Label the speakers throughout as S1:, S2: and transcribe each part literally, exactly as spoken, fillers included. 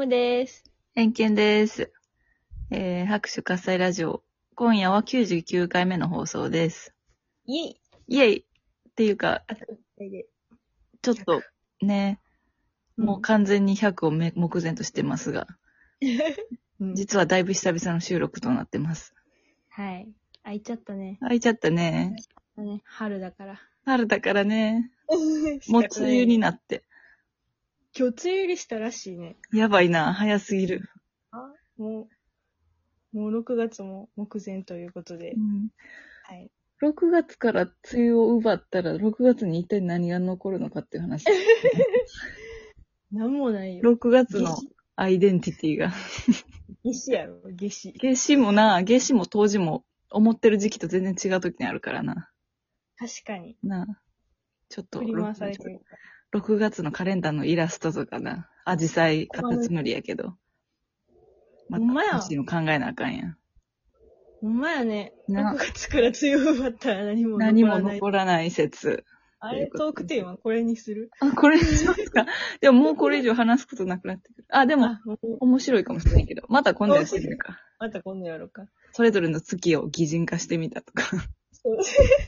S1: ムです。
S2: 偏見です。えー、拍手喝采ラジオ。今夜はきゅうじゅうきゅうかいめの放送です。
S1: イェイ
S2: イェイっていうか、
S1: あといっかいで。
S2: ちょっとね、もう完全にひゃくを目前としてますが、
S1: うん、
S2: 実はだいぶ久々の収録となってます。
S1: はい。開いちゃったね。
S2: 開いちゃったね。
S1: ね春だから。
S2: 春だからね、もう
S1: 仕方
S2: 梅雨になって。
S1: 今日梅雨入りしたらしいね。
S2: やばいな、早すぎる。
S1: あもう、もうろくがつも目前ということで。
S2: うん、
S1: はい。
S2: ろくがつから梅雨を奪ったら、ろくがつに一体何が残るのかっていう話。
S1: なんもないよ。
S2: ろくがつのアイデンティティが。
S1: 夏至やろ、夏至。
S2: 夏至もな、夏至も冬至も思ってる時期と全然違う時にあるからな。
S1: 確かに。
S2: なあ。ちょっと、
S1: 振り回されてる。
S2: ろくがつのカレンダーのイラストとかな。アジサイカタツムリやけど。ま
S1: ほんまや
S2: た、欲しいの考えなあかんやん。
S1: ほんまやね。
S2: な
S1: ろくがつから梅雨終わったら何も
S2: 何も
S1: 残らない。
S2: 残らない説。
S1: あれ、トークテーマこれにする？
S2: あ、これにしますか？でももうこれ以上話すことなくなってくる。あ、でも、
S1: あ、もう
S2: 面白いかもしれないけど。また今度やってみるか。
S1: また今度やろうか。
S2: それぞれの月を擬人化してみたとか。
S1: そう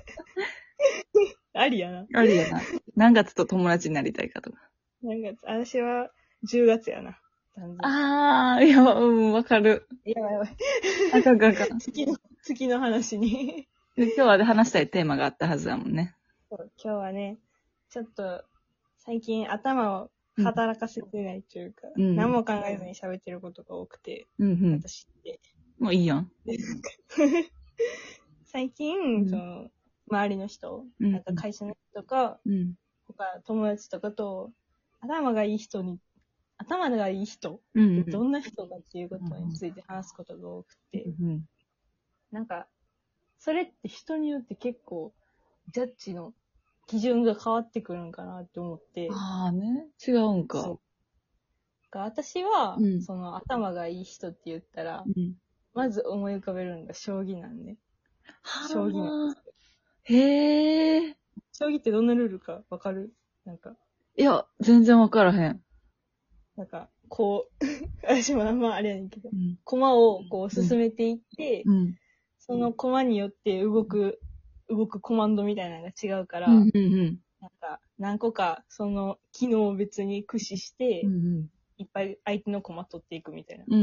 S1: ありやな。
S2: ありやな。何月と友達になりたいかとか。
S1: 何月？私はじゅうがつやな。
S2: あー、いや、うん、わかる。
S1: やばいやばい。
S2: あかんあかんあかん。
S1: 月の、月の話に。
S2: で今日は話したいテーマがあったはずだもんね。
S1: そう今日はね、ちょっと、最近頭を働かせてないというか、
S2: うん、
S1: 何も考えずに喋ってることが多くて、
S2: うんうん。
S1: 私って。
S2: もういいやん。
S1: 最近、
S2: うん、
S1: その、周りの人、
S2: うん、
S1: なんか会社の人とか、
S2: うん、
S1: 他友達とかと、頭がいい人に、頭がいい人
S2: うん、
S1: ってどんな人かっていうことについて話すことが多くて、
S2: うん、
S1: なんか、それって人によって結構、ジャッジの基準が変わってくるんかなって思って。
S2: ああね、違うんか。
S1: そう。か私は、
S2: うん、
S1: その頭がいい人って言ったら、
S2: うん。
S1: まず思い浮かべるのが将棋なんで。
S2: は
S1: 将棋なんですよ。
S2: へえ。
S1: 将棋ってどんなルールかわかる？なんか、
S2: いや、全然わからへん。
S1: なんか、こう、私もあんまあれやねんけど、
S2: うん、
S1: 駒をこう進めていって、
S2: うん、
S1: その駒によって動く、動くコマンドみたいなのが違うか
S2: うん、
S1: ら、
S2: うん、
S1: なんか、何個か、その機能を別に駆使して、
S2: うん、
S1: いっぱい相手の駒取っていくみたいな
S2: うん、うん、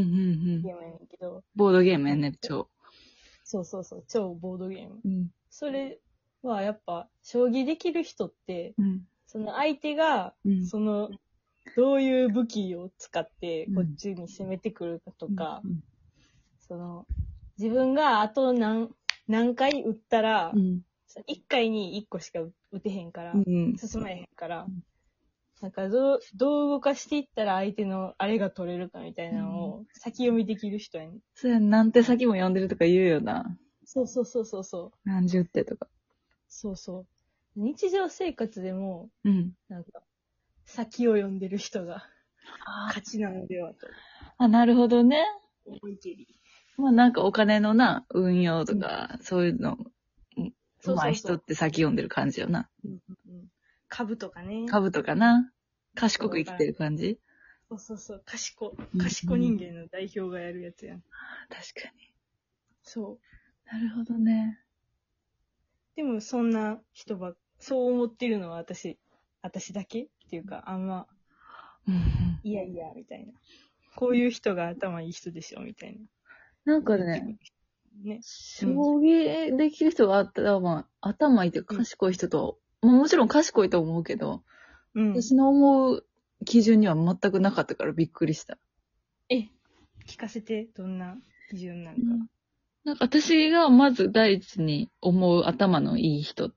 S1: ゲームやねんけど。
S2: ボードゲームやね、超。
S1: そうそうそう、超ボードゲーム。
S2: うん、
S1: それはやっぱ、将棋できる人って、
S2: うん、
S1: その相手が、
S2: うん、
S1: その、どういう武器を使って
S2: うん
S1: こっちに攻めてくるかとか、
S2: うん、
S1: その、自分があと何、何回打ったら、
S2: うん、
S1: いっかいにいっこしか打てへんから、
S2: うん、
S1: 進まれへんから
S2: うん、
S1: なんかどう、どう動かしていったら相手のあれが取れるかみたいなのを先読みできる人やねん。
S2: そうやん、なんて先も読んでるとか言うよな。
S1: そうそうそうそうそう。
S2: 何十手とか。
S1: そうそう。日常生活でも、
S2: うん。
S1: なんか、先を読んでる人が勝ちなのではと
S2: あ、なるほどね。
S1: 思いきり。
S2: まあなんかお金のな、運用とか、そういうの、うん
S1: そうそうそう
S2: 上手い人って先読んでる感じよな。
S1: うんうんうん株とかね。
S2: 株とかな。賢く生きてる感じ。
S1: そうそうそう。賢、
S2: うん
S1: 賢人間の代表がやるやつやん。
S2: 確かに。
S1: そう。
S2: なるほどね。
S1: でもそんな人ば、そう思ってるのは私、私だけっていうか、あんま、
S2: うんうん、
S1: いやいや、みたいな。こういう人が頭いい人でしょ、みたいな。
S2: なんかね、
S1: ね。
S2: 将棋できる人があったら、まあ、頭いいって賢い人と、まあ、もちろん賢いと思うけど、
S1: うん。
S2: 私の思う基準には全くなかったからびっくりした。
S1: え、聞かせて、どんな基準なんか。
S2: うん、なんか私がまず第一に思う頭のいい人って、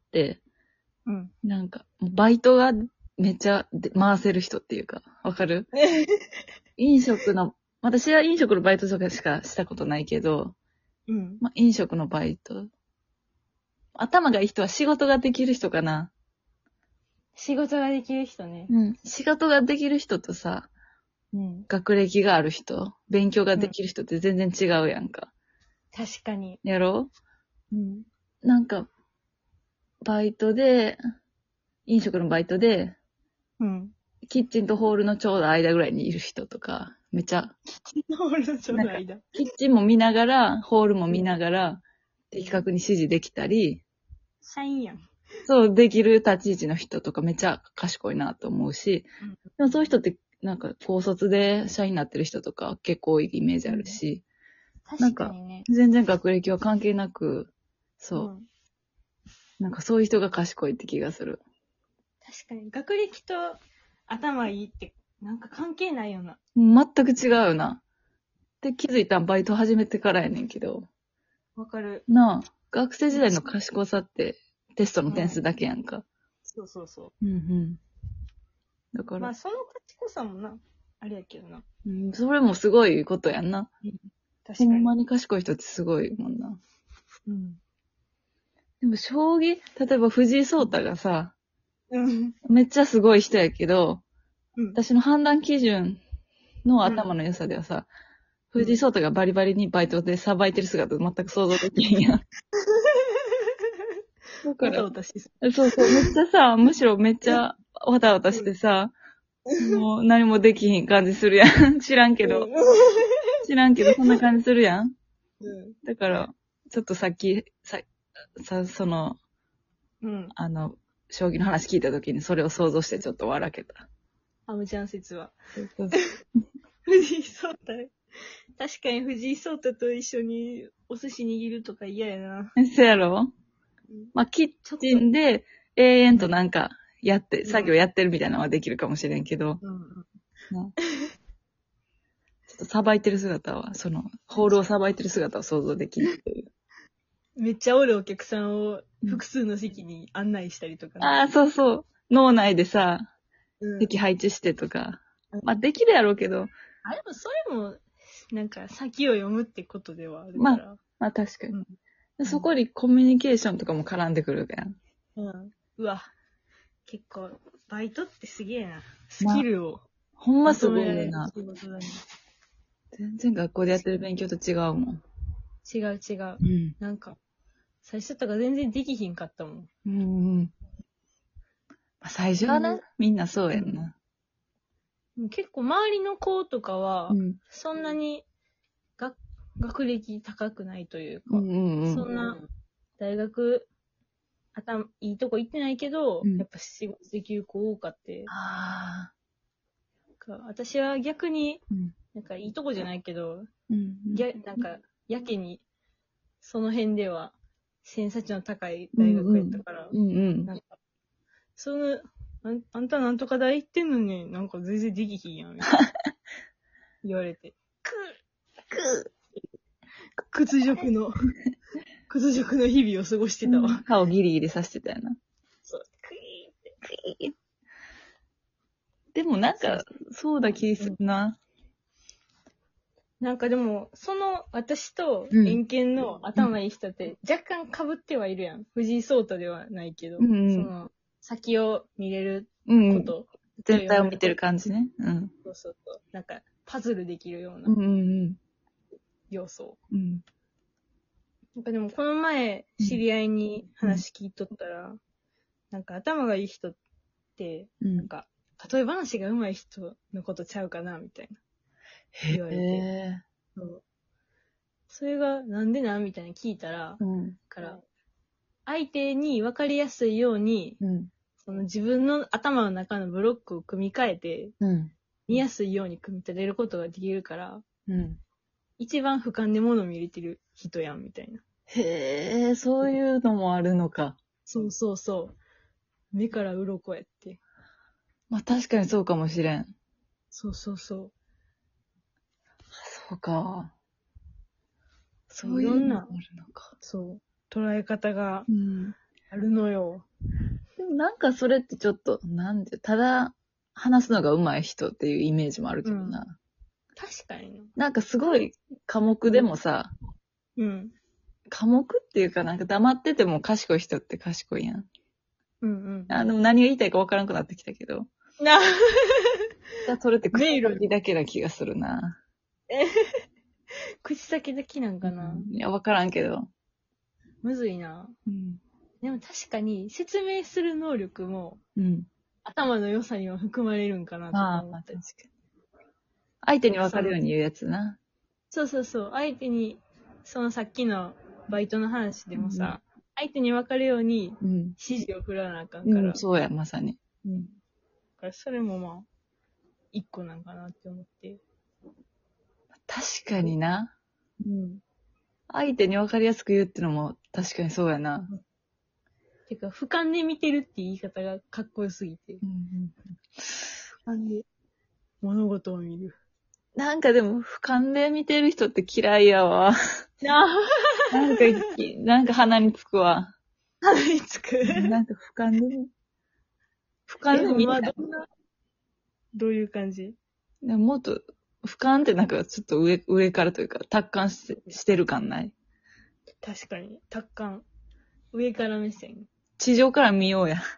S1: うん。
S2: なんか、バイトがめっちゃで回せる人っていうか、わかる？飲食の、私は飲食のバイトとかしかしたことないけど、
S1: うん。
S2: まあ、飲食のバイト。頭がいい人は仕事ができる人かな。
S1: 仕事ができる人ね。
S2: うん。仕事ができる人とさ、
S1: うん。
S2: 学歴がある人、勉強ができる人って全然違うやんか。
S1: 確かに。
S2: やろ？
S1: うん。
S2: なんか、バイトで、飲食のバイトで、
S1: うん。
S2: キッチンとホールのちょうど間ぐらいにいる人とか、めちゃ、
S1: ホールのちょうど間。
S2: キッチンも見ながら、ホールも見ながら、的確に指示できたり、
S1: 社員やん。
S2: そう、できる立ち位置の人とかめちゃ賢いなと思うし、
S1: うん
S2: でもそういう人ってなんか高卒で社員になってる人とか結構多いイメージあるし、
S1: 確かにね。
S2: 全然学歴は関係なく、そう、
S1: うん
S2: なんかそういう人が賢いって気がする。
S1: 確かに。学歴と頭いいって、なんか関係ないよな。
S2: 全く違うよな。で、気づいたんバイト始めてからやねんけど、
S1: わかる。
S2: なあ、学生時代の賢さってテストの点数だけやんか。
S1: そうそうそ
S2: うんうん。だか
S1: う。
S2: ら、
S1: まあ、その賢さもな、あれやけどな。
S2: うん、それもすごいことやんな。
S1: 確かに。
S2: ほんまに賢い人ってすごいもんな。
S1: うん。
S2: でも将棋、例えば藤井聡太がさ、
S1: うん。
S2: めっちゃすごい人やけど、
S1: うん。
S2: 私の判断基準の頭の良さではさ、
S1: うん
S2: 藤井聡太がバリバリにバイトでさばいてる姿全く想像できへんやん。だか
S1: わた
S2: ら、
S1: わたしてさ。
S2: そうそう、めっちゃさ、むしろめっちゃわたわたしてさ、もう何もできひん感じするやん。知らんけど。知らんけど、そんな感じするやん。
S1: うん。
S2: だから、ちょっとさっき、さ、さ、その、
S1: うん。
S2: あの、将棋の話聞いた時にそれを想像してちょっと笑けた。
S1: ハムちゃん説は。
S2: そうそう
S1: 藤井聡太。確かに藤井聡太と一緒にお寿司握るとか嫌やな。
S2: そうやろまあ、キッチンで永遠となんかやって、作業やってるみたいなのはできるかもしれんけど、
S1: うんうん。
S2: なちょっとさばいてる姿は、その、ホールをさばいてる姿を想像できないという。
S1: めっちゃおるお客さんを複数の席に案内したりとかね。
S2: ああ、そうそう。脳内でさ、
S1: うん。
S2: 席配置してとか
S1: うん。
S2: まあ、できるやろうけど、
S1: あ、でもそれも、なんか先を読むってことではあるから。
S2: まあ確かに。
S1: うん
S2: でそこにコミュニケーションとかも絡んでくるやん。
S1: うん。うわ。結構、バイトってすげえな。スキルを
S2: ほんますごい
S1: 求められる
S2: よな。
S1: 仕事だね。
S2: 全然学校でやってる勉強と違うもん。
S1: 違う違う。
S2: うん。
S1: なんか、最初とか全然できひんかったもん。
S2: うんうん。まあ、最初はな、
S1: うん
S2: みんなそうやんな。
S1: 結構周りの子とかは、
S2: うん。
S1: そんなに学学歴高くないというか、
S2: うんうんうん。
S1: そんな大学、頭いいとこ行ってないけど、
S2: うん
S1: やっぱ仕事できる子多かって、
S2: ああ。
S1: か私は逆に、
S2: うん。
S1: なんかいいとこじゃないけど、
S2: うんうん。
S1: ぎゃなんか、やけに、その辺では、偏差値の高い大学やったから、
S2: うんうん。
S1: なんか、その、あんあんたなんとか大行ってんのに、なんか全然できひんやん、みたいな。言われて。くく屈辱の、屈辱の日々を過ごしてたわ。
S2: 歯をギリギリさしてたよな。
S1: そう、クイーって。
S2: クイーでもなんか、そうだ気するな。
S1: なんかでも、その私と
S2: うん
S1: 遠見の頭いい人って若干被ってはいるやん。藤井聡太ではないけど、
S2: うんうん
S1: その、先を見れる
S2: うんうん。
S1: こと。
S2: 全体を見てる感じね。うん。
S1: そうそうそう。なんか、パズルできるよう
S2: う
S1: なん
S2: うんうん。
S1: 要素。
S2: うん。
S1: なんかでもこの前、知り合いに話聞いとったら、なんか頭がいい人って、
S2: うん
S1: なんか、例え話が上手い人のことちゃうかな、みたいな。言われて。
S2: へ
S1: そうそれがなんでなんみたいな聞いたら、
S2: ーうん。
S1: から、相手に分かりやすいように、
S2: うん。
S1: その自分の頭の中のブロックを組み替えて、
S2: うん。
S1: 見やすいように組み立てることができるから、
S2: うん。
S1: 一番俯瞰で物を見れてる人やん、みたいな。
S2: へえ、そういうのもあるのか。
S1: そうそうそう。目から鱗やって。
S2: まあ確かにそうかもしれん。
S1: そうそうそう。
S2: そうか。そう
S1: いろんな
S2: いうのもあるのか。
S1: そう。捉え方が
S2: うん。
S1: あるのよ。
S2: でもなんかそれってちょっと、なんで、ただ話すのが上手い人っていうイメージもあるけどな。
S1: 確かにな。
S2: なんかすごい科目でもさ、
S1: うん。
S2: 科目っていうかなんか黙ってても賢い人って賢いやん。
S1: うんうん。
S2: あの、何が言いたいかわからなくなってきたけど。
S1: な、
S2: それって口
S1: 迷路
S2: 先だけな気がするな。
S1: 口先だけなんかな。
S2: いや、わからんけど。
S1: むずいな。
S2: うん。
S1: でも確かに説明する能力も
S2: うん。
S1: 頭の良さには含まれるんかなとか
S2: ああ、
S1: 思って。
S2: まあ確かに。相手に分かるように言うやつな。
S1: そうそうそう。相手に、そのさっきのバイトの話でもさ、相手に分かるように
S2: うん。
S1: 指示を振らなあかん
S2: う
S1: から。
S2: ん、そうや、まさに。
S1: うん。だからそれもまあ、一個なんかなって思って。
S2: 確かにな。
S1: うん。
S2: 相手に分かりやすく言うってのも確かにそうやな。
S1: てか、俯瞰で見てるって言い方がかっこよすぎて。
S2: うんうん、
S1: 俯瞰で物事を見る。
S2: なんかでも、俯瞰で見てる人って嫌いやわ。
S1: なあ、
S2: なんか、なんか鼻につくわ。
S1: 鼻につく。
S2: なんか俯瞰で見、俯瞰
S1: え、ほんま
S2: で見た
S1: どんな、どういう感じ？
S2: でももっと、俯瞰ってなんかちょっと上、上からというか、達観して、してる感ない？
S1: 確かに、達観。上から目線。
S2: 地上から見ようや。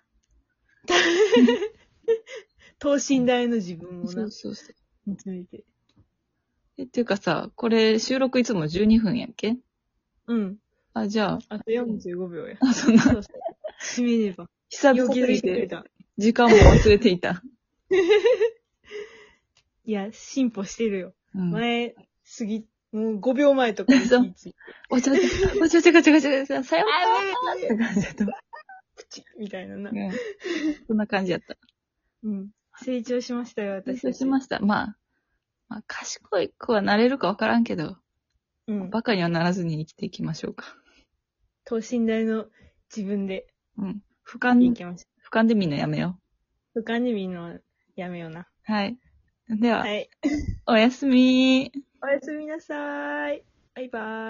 S1: 等身大の自分をな
S2: そう、そうそう。
S1: 見つめて。
S2: え、っていうかさ、これ収録いつもじゅうにふんやっけ？
S1: うん。
S2: あ、じゃあ、
S1: あとよんじゅうごびょうや。
S2: あ、そんな、
S1: そうそう。締めねば。
S2: 久々
S1: よう気づい
S2: すぎて、
S1: てくれた。
S2: 時間も忘れていた。
S1: いや、進歩してるよ。
S2: うん。
S1: 前、過ぎ、もうごびょうまえとかに気ぃついて。
S2: おちゃおちゃ、おちゃおちゃおちゃおちゃおちゃ、さようなら
S1: あ
S2: って感じだった。
S1: プチみたいなな。
S2: うん。そんな感じやった。
S1: うん。成長しましたよ、私
S2: そう
S1: たち。
S2: しました。まあ、まあ、賢い子はなれるかわからんけど、
S1: うん。
S2: バカにはならずに生きていきましょうか。
S1: 等身大の自分で
S2: うん。俯
S1: 生
S2: 瞰、
S1: きまし
S2: 俯瞰で見るのやめよ
S1: ょう。俯瞰で見るのやめような。
S2: う。はい。では、
S1: はい。
S2: おやすみー。
S1: おやすみなさーい。バイバーイ。